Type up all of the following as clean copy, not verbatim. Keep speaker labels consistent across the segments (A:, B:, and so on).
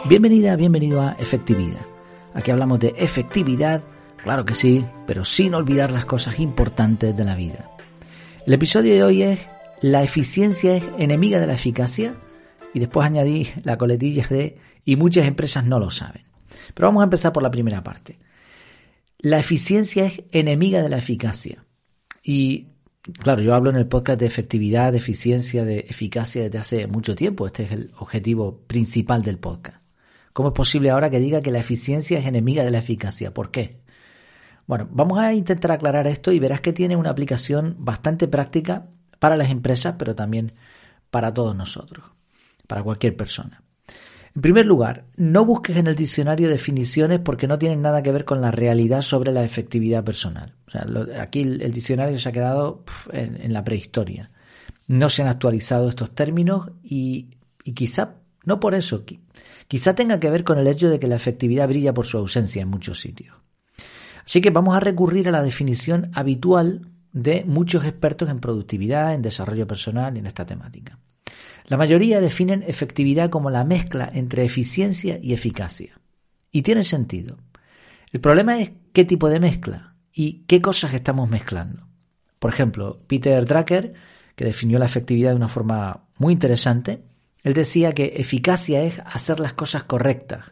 A: Bienvenida, bienvenido a Efectividad. Aquí hablamos de efectividad, claro que sí, pero sin olvidar las cosas importantes de la vida. El episodio de hoy es ¿la eficiencia es enemiga de la eficacia? Y después añadí la coletilla de y muchas empresas no lo saben. Pero vamos a empezar por la primera parte. La eficiencia es enemiga de la eficacia. Y claro, yo hablo en el podcast de efectividad, de eficiencia, de eficacia desde hace mucho tiempo. Este es el objetivo principal del podcast. ¿Cómo es posible ahora que diga que la eficiencia es enemiga de la eficacia? ¿Por qué? Bueno, vamos a intentar aclarar esto y verás que tiene una aplicación bastante práctica para las empresas, pero también para todos nosotros, para cualquier persona. En primer lugar, no busques en el diccionario definiciones porque no tienen nada que ver con la realidad sobre la efectividad personal. O sea, aquí el diccionario se ha quedado en la prehistoria. No se han actualizado estos términos y quizá, no por eso, quizá tenga que ver con el hecho de que la efectividad brilla por su ausencia en muchos sitios. Así que vamos a recurrir a la definición habitual de muchos expertos en productividad, en desarrollo personal y en esta temática. La mayoría definen efectividad como la mezcla entre eficiencia y eficacia. Y tiene sentido. El problema es qué tipo de mezcla y qué cosas estamos mezclando. Por ejemplo, Peter Drucker, que definió la efectividad de una forma muy interesante, él decía que eficacia es hacer las cosas correctas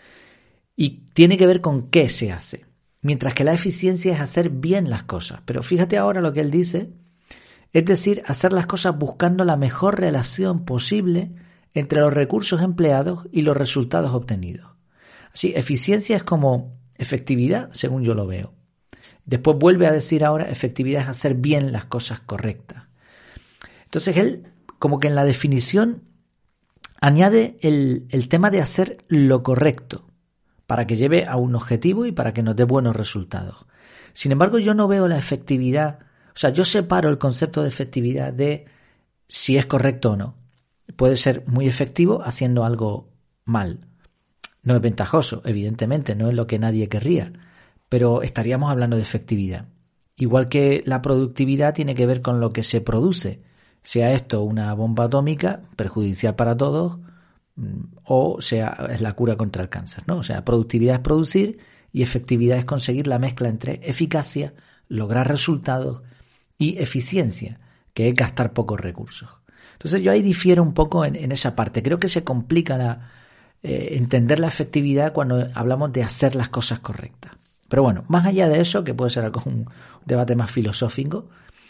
A: y tiene que ver con qué se hace, mientras que la eficiencia es hacer bien las cosas. Pero fíjate ahora lo que él dice, es decir, hacer las cosas buscando la mejor relación posible entre los recursos empleados y los resultados obtenidos. Así, eficiencia es como efectividad, según yo lo veo. Después vuelve a decir ahora, efectividad es hacer bien las cosas correctas. Entonces él, como que en la definición, añade el tema de hacer lo correcto para que lleve a un objetivo y para que nos dé buenos resultados. Sin embargo, yo no veo la efectividad, o sea, yo separo el concepto de efectividad de si es correcto o no. Puede ser muy efectivo haciendo algo mal. No es ventajoso, evidentemente, no es lo que nadie querría, pero estaríamos hablando de efectividad. Igual que la productividad tiene que ver con lo que se produce, sea esto una bomba atómica perjudicial para todos o sea es la cura contra el cáncer, ¿no? O sea, productividad es producir y efectividad es conseguir la mezcla entre eficacia, lograr resultados y eficiencia, que es gastar pocos recursos. Entonces yo ahí difiero un poco en esa parte. Creo que se complica entender la efectividad cuando hablamos de hacer las cosas correctas. Pero bueno, más allá de eso, que puede ser algo, un debate más filosófico,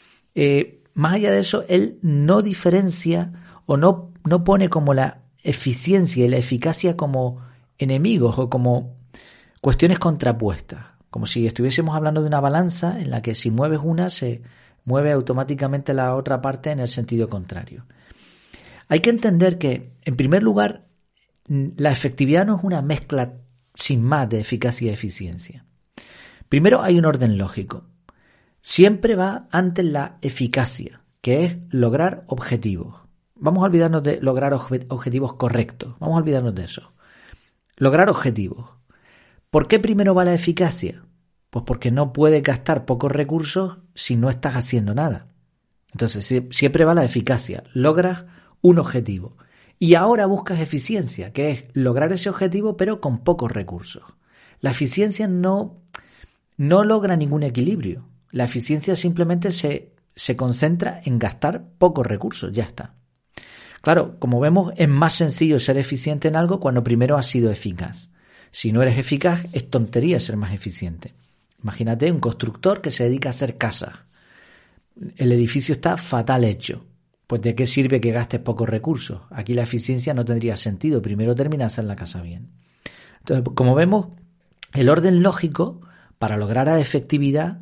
A: más allá de eso, él no diferencia o no pone como la eficiencia y la eficacia como enemigos o como cuestiones contrapuestas. Como si estuviésemos hablando de una balanza en la que si mueves una se mueve automáticamente la otra parte en el sentido contrario. Hay que entender que, en primer lugar, la efectividad no es una mezcla sin más de eficacia y eficiencia. Primero hay un orden lógico. Siempre va antes la eficacia, que es lograr objetivos. Vamos a olvidarnos de lograr objetivos correctos. Vamos a olvidarnos de eso. Lograr objetivos. ¿Por qué primero va la eficacia? Pues porque no puedes gastar pocos recursos si no estás haciendo nada. Entonces siempre va la eficacia. Logras un objetivo. Y ahora buscas eficiencia, que es lograr ese objetivo pero con pocos recursos. La eficiencia no logra ningún equilibrio. La eficiencia simplemente se concentra en gastar pocos recursos, ya está. Claro, como vemos, es más sencillo ser eficiente en algo cuando primero has sido eficaz. Si no eres eficaz, es tontería ser más eficiente. Imagínate un constructor que se dedica a hacer casas. El edificio está fatal hecho. Pues ¿de qué sirve que gastes pocos recursos? Aquí la eficiencia no tendría sentido. Primero termina de hacer la casa bien. Entonces, como vemos, el orden lógico para lograr la efectividad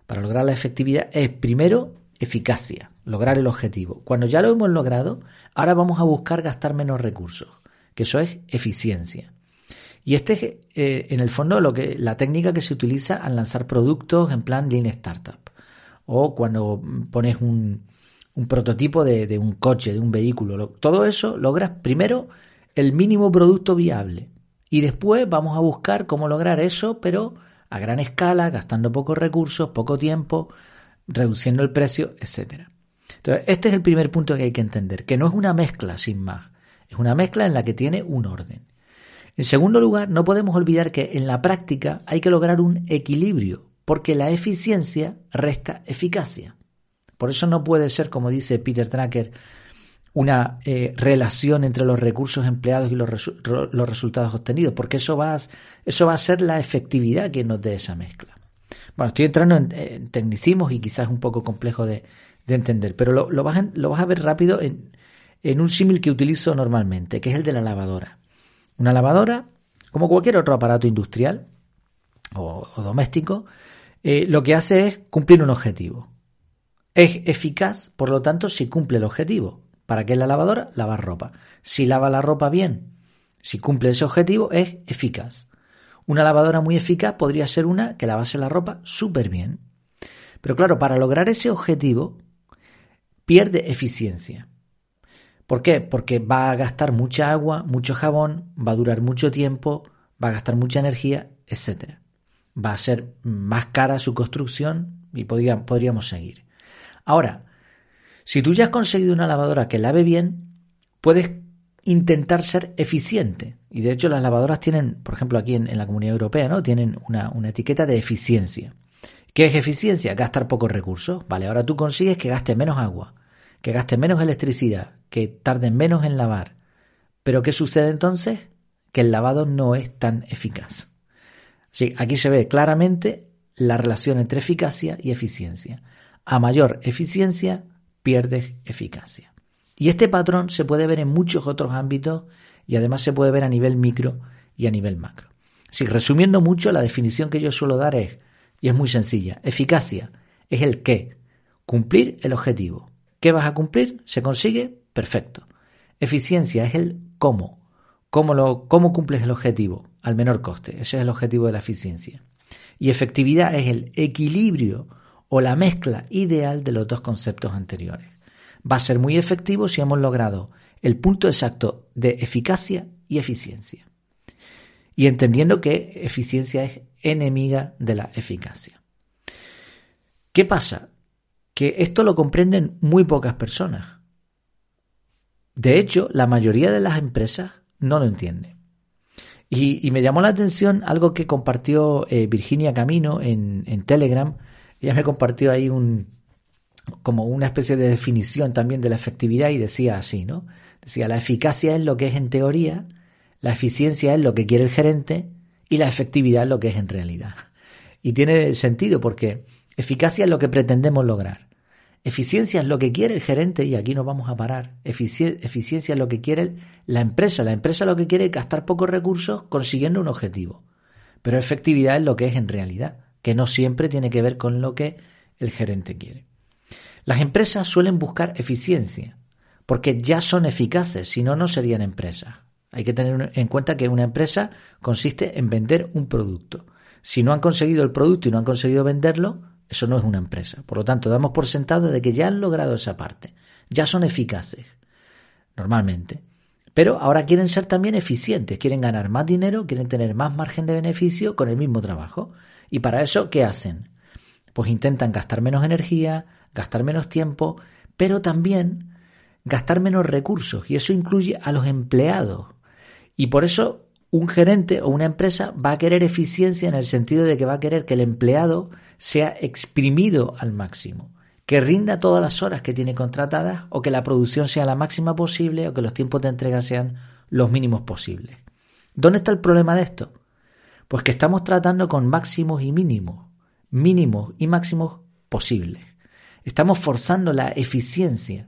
A: es primero eficacia, lograr el objetivo. Cuando ya lo hemos logrado, ahora vamos a buscar gastar menos recursos, que eso es eficiencia. Y este es, en el fondo, la técnica que se utiliza al lanzar productos en plan Lean Startup. O cuando pones un prototipo de un coche, de un vehículo. Todo eso logras primero el mínimo producto viable. Y después vamos a buscar cómo lograr eso, pero a gran escala, gastando pocos recursos, poco tiempo, reduciendo el precio, etc. Entonces, este es el primer punto que hay que entender, que no es una mezcla sin más. Es una mezcla en la que tiene un orden. En segundo lugar, no podemos olvidar que en la práctica hay que lograr un equilibrio, porque la eficiencia resta eficacia. Por eso no puede ser, como dice Peter Drucker, una relación entre los recursos empleados y los resultados obtenidos, porque eso va a ser la efectividad que nos dé esa mezcla. Bueno, estoy entrando en tecnicismos y quizás es un poco complejo de entender, pero lo vas a ver rápido en un símil que utilizo normalmente, que es el de la lavadora. Una lavadora, como cualquier otro aparato industrial o doméstico, lo que hace es cumplir un objetivo. Es eficaz, por lo tanto, si cumple el objetivo. ¿Para qué es la lavadora? Lavar ropa. Si lava la ropa bien, si cumple ese objetivo, es eficaz. Una lavadora muy eficaz podría ser una que lavase la ropa súper bien. Pero claro, para lograr ese objetivo, pierde eficiencia. ¿Por qué? Porque va a gastar mucha agua, mucho jabón, va a durar mucho tiempo, va a gastar mucha energía, etc. Va a ser más cara su construcción y podríamos seguir. Ahora, si tú ya has conseguido una lavadora que lave bien, puedes intentar ser eficiente. Y de hecho las lavadoras tienen, por ejemplo aquí en la Comunidad Europea, ¿no? Tienen una etiqueta de eficiencia. ¿Qué es eficiencia? Gastar pocos recursos. Vale, ahora tú consigues que gaste menos agua, que gaste menos electricidad, que tarde menos en lavar. ¿Pero qué sucede entonces? Que el lavado no es tan eficaz. Sí, aquí se ve claramente la relación entre eficacia y eficiencia. A mayor eficiencia, pierdes eficacia. Y este patrón se puede ver en muchos otros ámbitos y además se puede ver a nivel micro y a nivel macro. Sí, resumiendo mucho, la definición que yo suelo dar es muy sencilla. Eficacia es el qué, cumplir el objetivo. ¿Qué vas a cumplir? ¿Se consigue? Perfecto. Eficiencia es el cómo. ¿Cómo cumples el objetivo? Al menor coste. Ese es el objetivo de la eficiencia. Y efectividad es el equilibrio o la mezcla ideal de los dos conceptos anteriores. Va a ser muy efectivo si hemos logrado el punto exacto de eficacia y eficiencia. Y entendiendo que eficiencia es enemiga de la eficacia. ¿Qué pasa? Que esto lo comprenden muy pocas personas. De hecho, la mayoría de las empresas no lo entienden. Y me llamó la atención algo que compartió Virginia Camino en Telegram. Ella me compartió ahí como una especie de definición también de la efectividad y decía así, ¿no? Decía, la eficacia es lo que es en teoría, la eficiencia es lo que quiere el gerente y la efectividad es lo que es en realidad. Y tiene sentido porque eficacia es lo que pretendemos lograr. Eficiencia es lo que quiere el gerente y aquí nos vamos a parar. Eficiencia es lo que quiere la empresa. La empresa lo que quiere es gastar pocos recursos consiguiendo un objetivo. Pero efectividad es lo que es en realidad, que no siempre tiene que ver con lo que el gerente quiere. Las empresas suelen buscar eficiencia porque ya son eficaces, si no, no serían empresas. Hay que tener en cuenta que una empresa consiste en vender un producto. Si no han conseguido el producto y no han conseguido venderlo, eso no es una empresa. Por lo tanto, damos por sentado de que ya han logrado esa parte. Ya son eficaces, normalmente. Pero ahora quieren ser también eficientes. Quieren ganar más dinero, quieren tener más margen de beneficio con el mismo trabajo. Y para eso, ¿qué hacen? Pues intentan gastar menos energía, gastar menos tiempo, pero también gastar menos recursos. Y eso incluye a los empleados. Y por eso un gerente o una empresa va a querer eficiencia en el sentido de que va a querer que el empleado sea exprimido al máximo, que rinda todas las horas que tiene contratadas o que la producción sea la máxima posible o que los tiempos de entrega sean los mínimos posibles. ¿Dónde está el problema de esto? Pues que estamos tratando con máximos y mínimos y máximos posibles. Estamos forzando la eficiencia.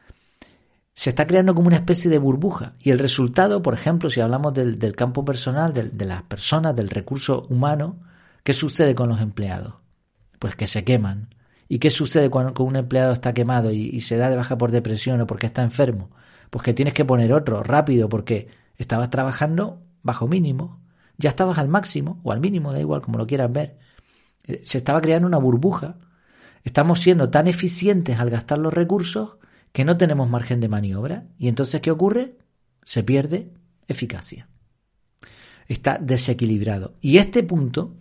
A: Se está creando como una especie de burbuja y el resultado, por ejemplo, si hablamos del campo personal, de las personas, del recurso humano, ¿qué sucede con los empleados? Pues que se queman. ¿Y qué sucede cuando un empleado está quemado y se da de baja por depresión o porque está enfermo? Pues que tienes que poner otro rápido porque estabas trabajando bajo mínimo, ya estabas al máximo o al mínimo, da igual como lo quieras ver. Se estaba creando una burbuja. Estamos siendo tan eficientes al gastar los recursos que no tenemos margen de maniobra. ¿Y entonces qué ocurre? Se pierde eficacia. Está desequilibrado. Y este punto,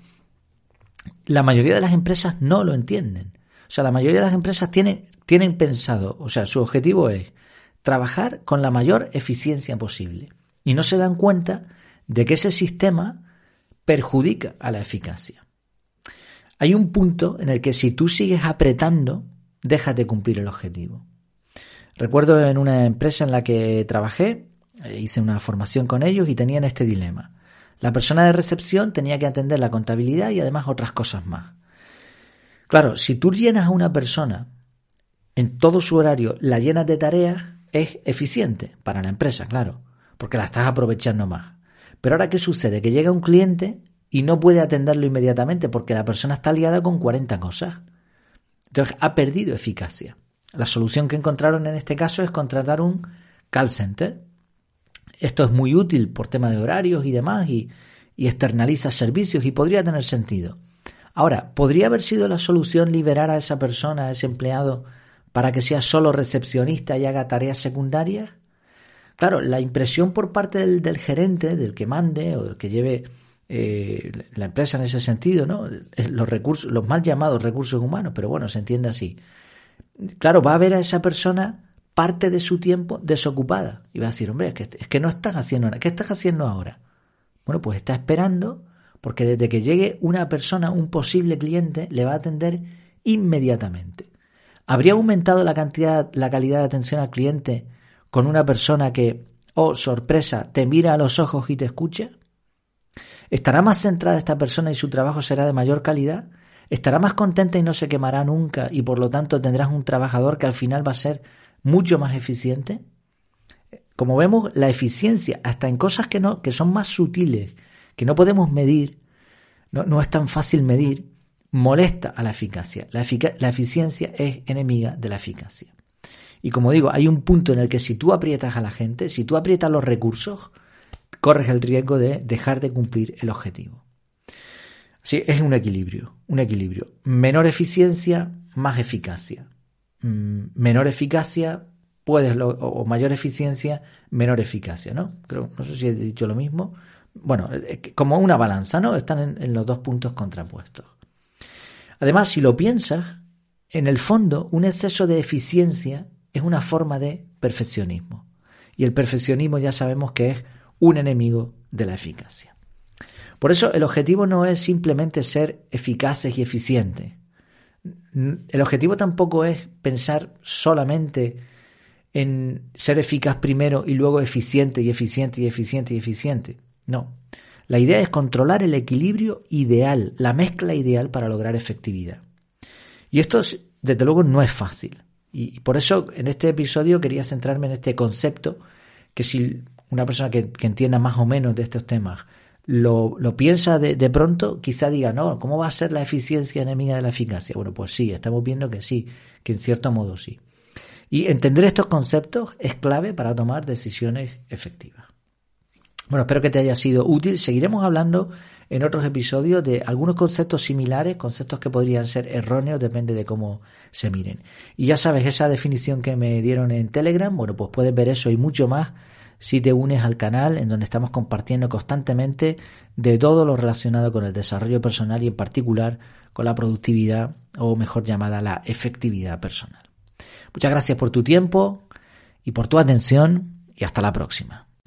A: la mayoría de las empresas no lo entienden. O sea, la mayoría de las empresas tienen pensado, o sea, su objetivo es trabajar con la mayor eficiencia posible. Y no se dan cuenta de que ese sistema perjudica a la eficacia. Hay un punto en el que si tú sigues apretando, dejas de cumplir el objetivo. Recuerdo en una empresa en la que trabajé, hice una formación con ellos y tenían este dilema. La persona de recepción tenía que atender la contabilidad y además otras cosas más. Claro, si tú llenas a una persona en todo su horario, la llenas de tareas, es eficiente para la empresa, claro, porque la estás aprovechando más. Pero ahora, ¿qué sucede? Que llega un cliente y no puede atenderlo inmediatamente porque la persona está liada con 40 cosas. Entonces, ha perdido eficacia. La solución que encontraron en este caso es contratar un call center. Esto es muy útil por tema de horarios y demás y externaliza servicios y podría tener sentido. Ahora, ¿podría haber sido la solución liberar a esa persona, a ese empleado, para que sea solo recepcionista y haga tareas secundarias? Claro, la impresión por parte del gerente, del que mande o del que lleve la empresa en ese sentido, ¿no? Los mal llamados recursos humanos, pero bueno, se entiende así. Claro, va a ver a esa persona parte de su tiempo desocupada y va a decir, hombre, es que no estás haciendo nada. ¿Qué estás haciendo ahora? Bueno, pues está esperando porque desde que llegue una persona, un posible cliente, le va a atender inmediatamente. ¿Habría aumentado la calidad de atención al cliente con una persona que, oh, sorpresa, te mira a los ojos y te escucha? ¿Estará más centrada esta persona y su trabajo será de mayor calidad? ¿Estará más contenta y no se quemará nunca y por lo tanto tendrás un trabajador que al final va a ser mucho más eficiente? Como vemos, la eficiencia, hasta en cosas que son más sutiles, que no podemos medir, no es tan fácil medir, molesta a la eficacia. La eficiencia es enemiga de la eficacia. Y como digo, hay un punto en el que si tú aprietas a la gente, si tú aprietas los recursos, corres el riesgo de dejar de cumplir el objetivo. Sí, es un equilibrio. Menor eficiencia, más eficacia. Menor eficacia, o mayor eficiencia, menor eficacia, ¿no? No sé si he dicho lo mismo. Bueno, como una balanza, ¿no? Están en los dos puntos contrapuestos. Además, si lo piensas, en el fondo, un exceso de eficiencia es una forma de perfeccionismo. Y el perfeccionismo ya sabemos que es un enemigo de la eficacia. Por eso el objetivo no es simplemente ser eficaces y eficientes. El objetivo tampoco es pensar solamente en ser eficaz primero y luego eficiente y eficiente y eficiente y eficiente. No. La idea es controlar el equilibrio ideal, la mezcla ideal para lograr efectividad. Y esto, desde luego, no es fácil. Y por eso en este episodio quería centrarme en este concepto que si una persona que entienda más o menos de estos temas lo piensa de pronto, quizá diga, no, ¿cómo va a ser la eficiencia enemiga de la eficacia? Bueno, pues sí, estamos viendo que sí, que en cierto modo sí. Y entender estos conceptos es clave para tomar decisiones efectivas. Bueno, espero que te haya sido útil. Seguiremos hablando en otros episodios de algunos conceptos similares, conceptos que podrían ser erróneos, depende de cómo se miren. Y ya sabes, esa definición que me dieron en Telegram, bueno, pues puedes ver eso y mucho más si te unes al canal, en donde estamos compartiendo constantemente de todo lo relacionado con el desarrollo personal y en particular con la productividad, o mejor llamada la efectividad personal. Muchas gracias por tu tiempo y por tu atención y hasta la próxima.